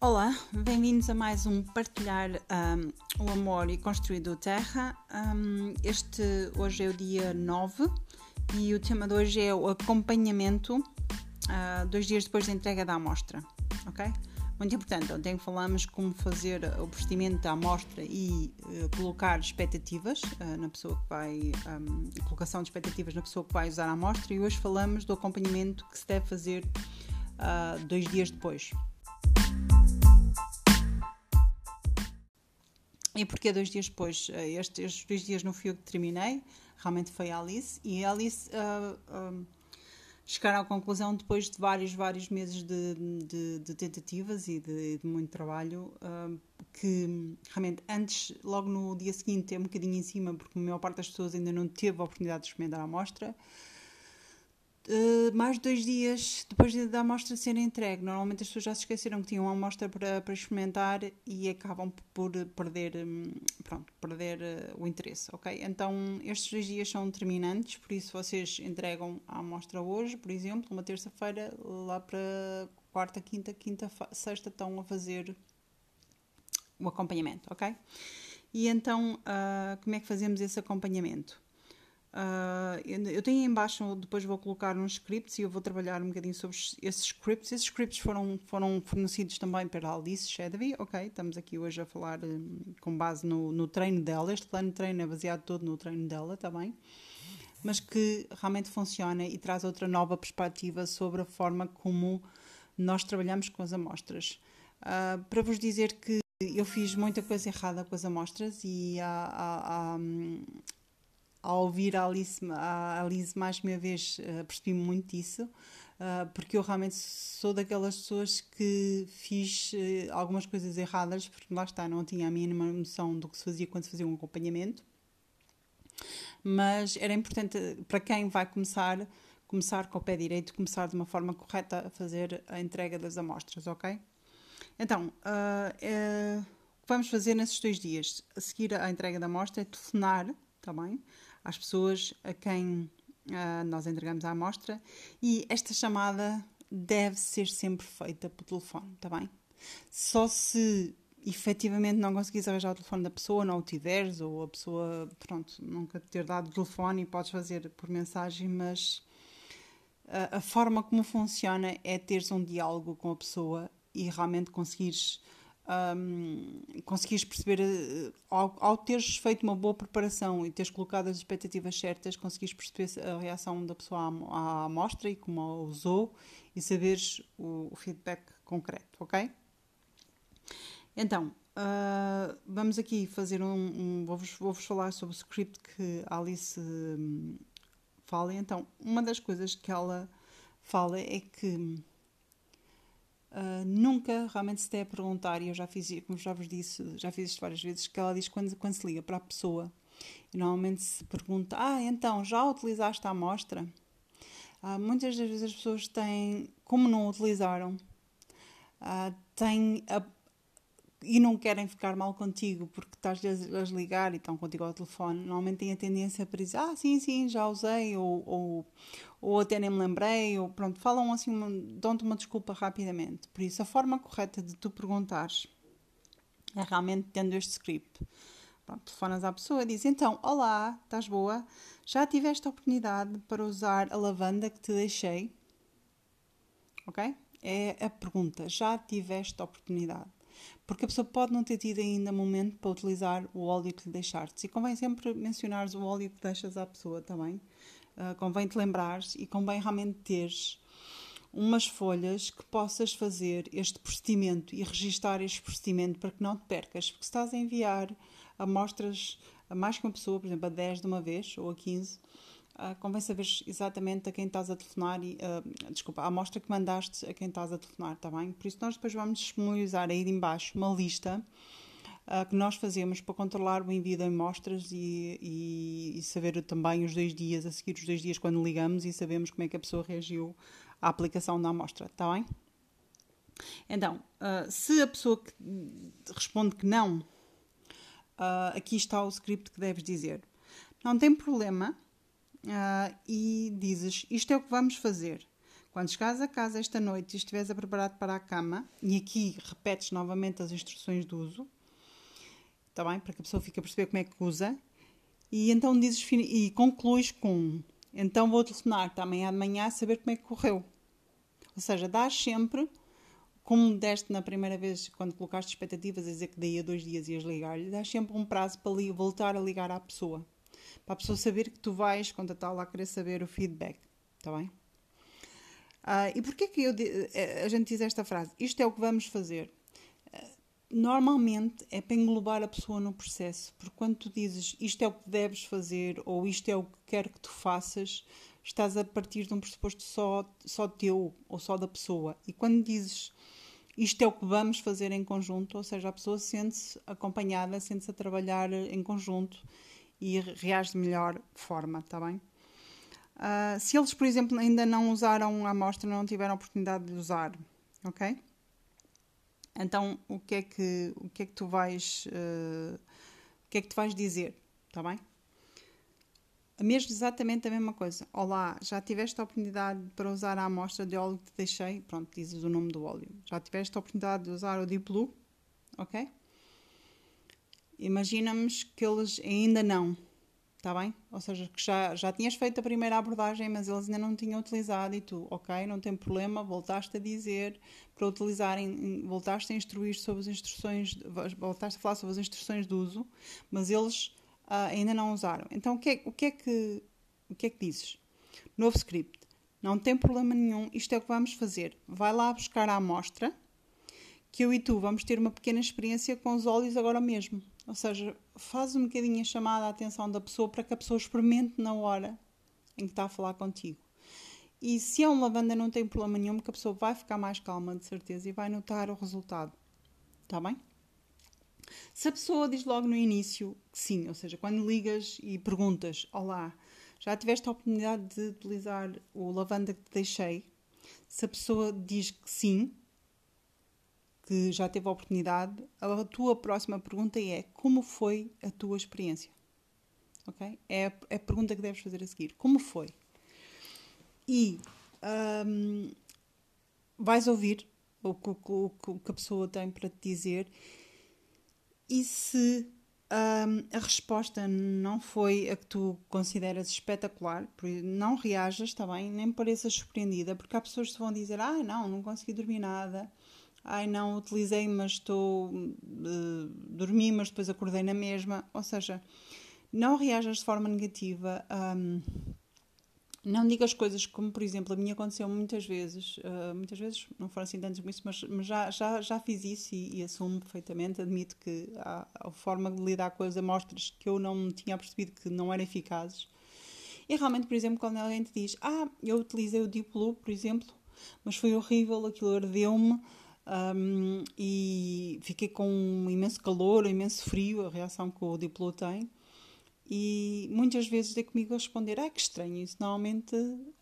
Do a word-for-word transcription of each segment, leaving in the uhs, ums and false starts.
Olá, bem-vindos a mais um Partilhar um, o Amor e Construir do Terra. Um, este hoje é o dia nove e o tema de hoje é o acompanhamento uh, dois dias depois da entrega da amostra, ok? Muito importante, ontem falamos como fazer o procedimento da amostra e uh, colocar expectativas uh, na pessoa que vai, um, colocação de expectativas na pessoa que vai usar a amostra, e hoje falamos do acompanhamento que se deve fazer uh, dois dias depois. E porquê dois dias depois? Estes, estes dois dias não fui eu que terminei, realmente foi a Alice, e a Alice uh, uh, chegaram à conclusão depois de vários, vários meses de, de, de tentativas e de, de muito trabalho, uh, que realmente antes, logo no dia seguinte, é um bocadinho em cima, porque a maior parte das pessoas ainda não teve a oportunidade de experimentar a amostra. Uh, mais de dois dias depois da amostra ser entregue, normalmente as pessoas já se esqueceram que tinham uma amostra para, para experimentar e acabam por perder, um, pronto, perder uh, o interesse, ok? Então estes dois dias são determinantes, por isso vocês entregam a amostra hoje, por exemplo, uma terça-feira, lá para quarta, quinta, quinta, sexta estão a fazer o acompanhamento, ok? E então uh, como é que fazemos esse acompanhamento? Uh, eu tenho em baixo, depois vou colocar uns scripts e eu vou trabalhar um bocadinho sobre esses scripts. Esses scripts foram, foram fornecidos também pela Alice Shedevy, ok? Estamos aqui hoje a falar um, com base no, no treino dela. Este plano de treino é baseado todo no treino dela também, mas que realmente funciona e traz outra nova perspectiva sobre a forma como nós trabalhamos com as amostras. Uh, para vos dizer que eu fiz muita coisa errada com as amostras e há... há, há ao ouvir a Alice, a Alice mais uma vez, uh, percebi muito disso, uh, porque eu realmente sou daquelas pessoas que fiz uh, algumas coisas erradas, porque lá está, não tinha a mínima noção do que se fazia quando se fazia um acompanhamento, mas era importante para quem vai começar, começar com o pé direito, começar de uma forma correta a fazer a entrega das amostras, ok? Então, uh, uh, o que vamos fazer nesses dois dias, a seguir à entrega da amostra, é telefonar, tá bem? Às pessoas a quem uh, nós entregamos a amostra, e esta chamada deve ser sempre feita por telefone, está bem? Só se efetivamente não conseguires arranjar o telefone da pessoa, não o tiveres, ou a pessoa, pronto, nunca te ter dado o telefone e podes fazer por mensagem, mas uh, a forma como funciona é teres um diálogo com a pessoa e realmente conseguires Um, conseguires perceber, uh, ao, ao teres feito uma boa preparação e teres colocado as expectativas certas, conseguires perceber a reação da pessoa à, à amostra e como a usou e saberes o, o feedback concreto, ok? Então, uh, vamos aqui fazer um, um vou-vos, vou-vos falar sobre o script que a Alice um, fala. Então, uma das coisas que ela fala é que Uh, nunca realmente se deve perguntar, e eu já fiz, como já vos disse, já fiz isto várias vezes, que ela diz quando, quando se liga para a pessoa e normalmente se pergunta, ah, então, já utilizaste a amostra? Uh, muitas das vezes as pessoas têm, como não utilizaram, uh, têm a, e não querem ficar mal contigo porque estás-lhes a ligar e estão contigo ao telefone, normalmente têm a tendência para dizer, ah, sim, sim, já usei, ou, ou, ou até nem me lembrei, ou pronto, falam assim, dão-te uma desculpa rapidamente. Por isso, a forma correta de tu perguntares é realmente tendo este script. Pronto, telefonas à pessoa e dizes, então, olá, estás boa? Já tiveste a oportunidade para usar a lavanda que te deixei? Ok? É a pergunta, já tiveste a oportunidade? Porque a pessoa pode não ter tido ainda momento para utilizar o óleo que lhe deixaste. E convém sempre mencionares o óleo que deixas à pessoa também. Uh, convém te lembrares e convém realmente teres umas folhas que possas fazer este procedimento e registar este procedimento para que não te percas. Porque se estás a enviar amostras a mais que uma pessoa, por exemplo, a dez de uma vez ou a quinze, Uh, convém saberes exatamente a quem estás a telefonar e, uh, desculpa, a amostra que mandaste a quem estás a telefonar, está bem? Por isso nós depois vamos disponibilizar aí em baixo uma lista uh, que nós fazemos para controlar o envio de amostras e, e, e saber também os dois dias, a seguir os dois dias quando ligamos, e sabemos como é que a pessoa reagiu à aplicação da amostra, está bem? Então, uh, se a pessoa que responde que não, uh, aqui está o script que deves dizer. Não tem problema. Uh, e dizes, isto é o que vamos fazer. Quando chegares a casa esta noite e estiveres a preparar-te para a cama, e aqui repetes novamente as instruções de uso, está bem? Para que a pessoa fique a perceber como é que usa, e então dizes e concluis com: então vou telefonar-te amanhã de manhã a saber como é que correu. Ou seja, dás sempre, como deste na primeira vez quando colocaste expectativas a dizer que daí a dois dias ias ligar-lhe, dás sempre um prazo para li- voltar a ligar à pessoa. Para a pessoa saber que tu vais contatá-la a querer saber o feedback. Está bem? Ah, e porquê que eu, a gente diz esta frase? Isto é o que vamos fazer. Normalmente é para englobar a pessoa no processo, porque quando tu dizes isto é o que deves fazer ou isto é o que quero que tu faças, estás a partir de um pressuposto só, só teu ou só da pessoa. E quando dizes isto é o que vamos fazer em conjunto, ou seja, a pessoa sente-se acompanhada, sente-se a trabalhar em conjunto e reage de melhor forma, está bem? Uh, se eles, por exemplo, ainda não usaram a amostra, não tiveram a oportunidade de usar, ok? Então, o que é que, o que é que tu vais, uh, o que é que tu vais dizer, está bem? Mesmo exatamente a mesma coisa. Olá, já tiveste a oportunidade para usar a amostra de óleo que te deixei? Pronto, dizes o nome do óleo. Já tiveste a oportunidade de usar o Deep Blue? Ok? Imaginamos que eles ainda não. Está bem? Ou seja, que já, já tinhas feito a primeira abordagem, mas eles ainda não tinham utilizado e tu, ok, não tem problema, voltaste a dizer para utilizarem, voltaste a instruir sobre as instruções, voltaste a falar sobre as instruções de uso, mas eles uh, ainda não usaram. Então, o que, é, o, que é que, o que é que dizes? Novo script. Não tem problema nenhum, isto é o que vamos fazer. Vai lá buscar a amostra, que eu e tu vamos ter uma pequena experiência com os óleos agora mesmo. Ou seja, faz um bocadinho a chamada à atenção da pessoa para que a pessoa experimente na hora em que está a falar contigo. E se é um lavanda, não tem problema nenhum, porque a pessoa vai ficar mais calma, de certeza, e vai notar o resultado. Está bem? Se a pessoa diz logo no início que sim, ou seja, quando ligas e perguntas: olá, já tiveste a oportunidade de utilizar o lavanda que te deixei? Se a pessoa diz que sim, que já teve a oportunidade, a tua próxima pergunta é: como foi a tua experiência? Ok? É a, é a pergunta que deves fazer a seguir. Como foi? E um, vais ouvir o que, o, o que a pessoa tem para te dizer, e se um, a resposta não foi a que tu consideras espetacular, não reajas, está bem? Nem pareças surpreendida, porque há pessoas que vão dizer: ah, não, não consegui dormir nada. Ai, não, utilizei, mas estou... Uh, dormi, mas depois acordei na mesma. Ou seja, não reajas de forma negativa. Um, não digas coisas como, por exemplo, a mim aconteceu muitas vezes. Uh, muitas vezes, não foram assim tantos como isso, mas, mas já, já, já fiz isso e, e assumo perfeitamente. Admito que há a forma de lidar com as amostras que eu não tinha percebido que não eram eficazes. E realmente, por exemplo, quando alguém te diz: ah, eu utilizei o Deep Blue, por exemplo, mas foi horrível, aquilo ardeu-me. Um, e fiquei com um imenso calor, um imenso frio, a reação que o Diplo tem, e muitas vezes dei comigo a responder: ah, que estranho, isso normalmente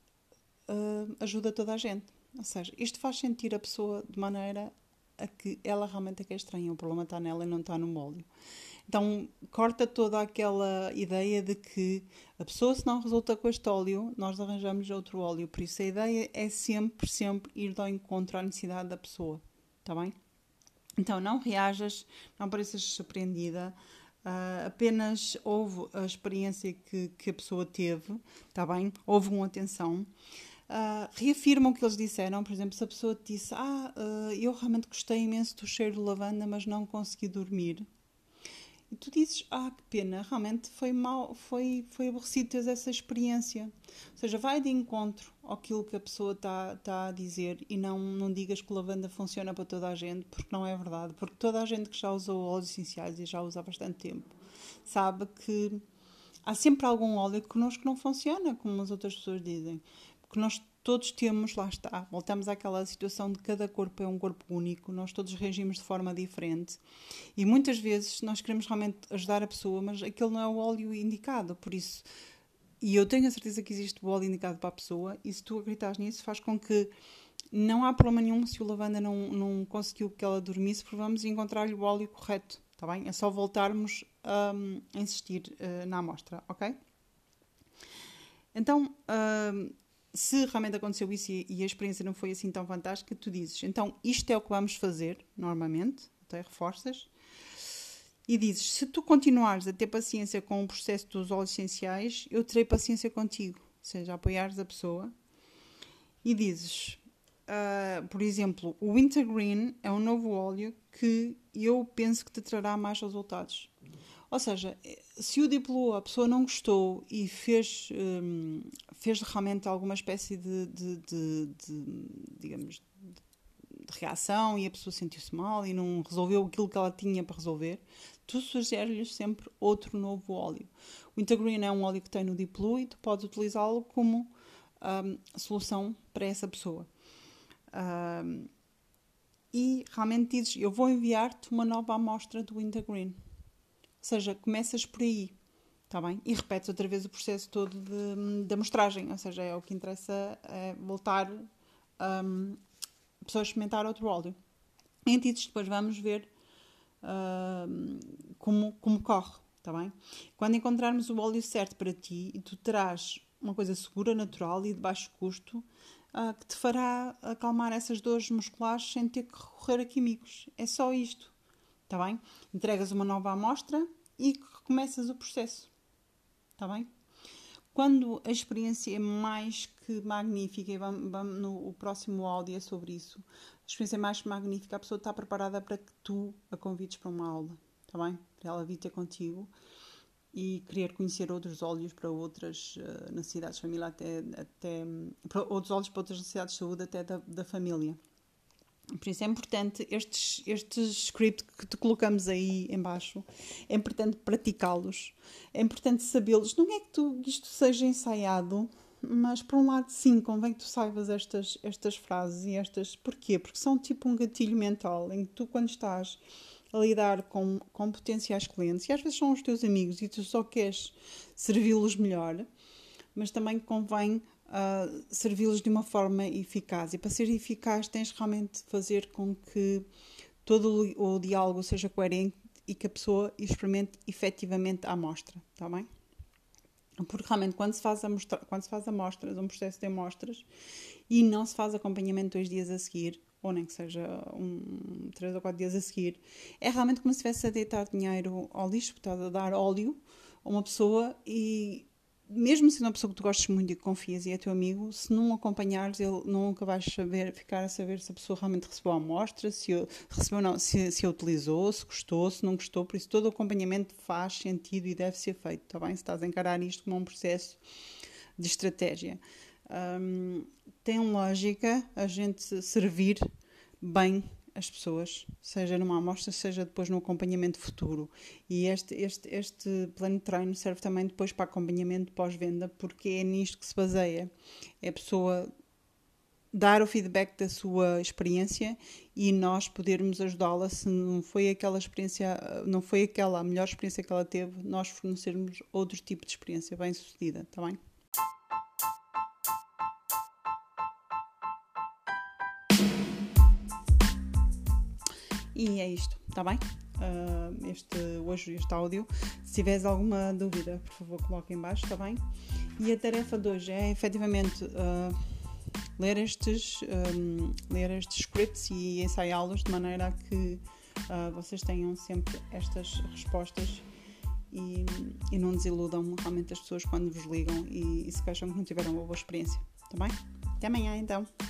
uh, ajuda toda a gente. Ou seja, isto faz sentir a pessoa de maneira a que ela realmente é que é estranha, o problema está nela e não está no óleo. Então corta toda aquela ideia de que a pessoa, se não resulta com este óleo, nós arranjamos outro óleo. Por isso a ideia é sempre, sempre ir ao encontro à necessidade da pessoa. Está bem? Então não reajas, não pareças surpreendida. Uh, apenas ouve a experiência que, que a pessoa teve. Está bem? Ouve com atenção. Uh, reafirmam o que eles disseram. Por exemplo, se a pessoa te disse: ah, uh, eu realmente gostei imenso do cheiro de lavanda, mas não consegui dormir. E tu dizes: ah, que pena, realmente foi mal, foi, foi aborrecido teres essa experiência. Ou seja, vai de encontro àquilo que a pessoa está tá a dizer, e não, não digas que a lavanda funciona para toda a gente, porque não é verdade. Porque toda a gente que já usou óleos essenciais e já usa há bastante tempo sabe que há sempre algum óleo que connosco não funciona, como as outras pessoas dizem. Porque nós todos temos, lá está, voltamos àquela situação de que cada corpo é um corpo único, nós todos reagimos de forma diferente e muitas vezes nós queremos realmente ajudar a pessoa, mas aquele não é o óleo indicado, por isso, e eu tenho a certeza que existe o óleo indicado para a pessoa, e se tu acreditas nisso faz com que não há problema nenhum se o lavanda não, não conseguiu que ela dormisse, porque vamos encontrar-lhe o óleo correto, está bem? É só voltarmos um, a insistir uh, na amostra, ok? Então, uh, se realmente aconteceu isso e, e a experiência não foi assim tão fantástica, tu dizes, então isto é o que vamos fazer, normalmente, até reforças, e dizes, se tu continuares a ter paciência com o processo dos óleos essenciais, eu terei paciência contigo, ou seja, apoiares a pessoa, e dizes, uh, por exemplo, o Wintergreen é um novo óleo que eu penso que te trará mais resultados. Ou seja, se o Diplo a pessoa não gostou e fez, um, fez realmente alguma espécie de, de, de, de digamos, de reação e a pessoa sentiu-se mal e não resolveu aquilo que ela tinha para resolver, tu sugeres-lhes sempre outro novo óleo. O Wintergreen é um óleo que tem no Diplo e tu podes utilizá-lo como um, solução para essa pessoa. Um, e realmente dizes, eu vou enviar-te uma nova amostra do Wintergreen. Ou seja, começas por aí, está bem? E repetes outra vez o processo todo de, de amostragem, ou seja, é o que interessa é voltar um, a pessoa a experimentar outro óleo. E então depois vamos ver um, como, como corre, está bem? Quando encontrarmos o óleo certo para ti, e tu terás uma coisa segura, natural e de baixo custo, uh, que te fará acalmar essas dores musculares sem ter que recorrer a químicos. É só isto. Está bem? Entregas uma nova amostra e recomeças o processo. Está bem? Quando a experiência é mais que magnífica, e vamos, vamos no o próximo áudio é sobre isso, a experiência é mais que magnífica, a pessoa está preparada para que tu a convides para uma aula. Está bem? Para ela vir ter contigo e querer conhecer outros óleos para outras uh, necessidades de família, até, até para outros óleos para outras necessidades de saúde, até da, da família. Por isso é importante, estes, estes scripts que te colocamos aí em baixo, é importante praticá-los, é importante sabê-los. Não é que tu, isto seja ensaiado, mas por um lado sim, convém que tu saibas estas, estas frases e estas... Porquê? Porque são tipo um gatilho mental, em que tu quando estás a lidar com, com potenciais clientes, e às vezes são os teus amigos e tu só queres servi-los melhor, mas também convém Uh, servi-los de uma forma eficaz. E para ser eficaz tens realmente de fazer com que todo o, o diálogo seja coerente e que a pessoa experimente efetivamente a amostra, está bem? Porque realmente quando se faz, amostra, quando se faz amostras, um processo de amostras, e não se faz acompanhamento dois dias a seguir, ou nem que seja um, três ou quatro dias a seguir, é realmente como se estivesse a deitar dinheiro ao lixo, estás a dar óleo a uma pessoa e mesmo sendo uma pessoa que tu gostes muito e que confias e é teu amigo, se não acompanhares, ele nunca vais saber, ficar a saber se a pessoa realmente recebeu a amostra, se recebeu não, se, se a utilizou, se gostou, se não gostou. Por isso todo o acompanhamento faz sentido e deve ser feito, está bem? Se estás a encarar isto como um processo de estratégia. Um, tem lógica a gente servir bem as pessoas, seja numa amostra, seja depois no acompanhamento futuro. E este, este, este plano de treino serve também depois para acompanhamento pós-venda, porque é nisto que se baseia. É a pessoa dar o feedback da sua experiência e nós podermos ajudá-la se não foi aquela experiência, não foi aquela a melhor experiência que ela teve, nós fornecermos outro tipo de experiência bem-sucedida, está bem? E é isto, está bem? Uh, este, hoje este áudio. Se tiveres alguma dúvida, por favor, coloque em baixo, está bem? E a tarefa de hoje é, efetivamente, uh, ler, estes, um, ler estes scripts e ensaiá-los de maneira a que uh, vocês tenham sempre estas respostas e, e não desiludam realmente as pessoas quando vos ligam e, e se queixam que não tiveram uma boa experiência, está bem? Até amanhã, então!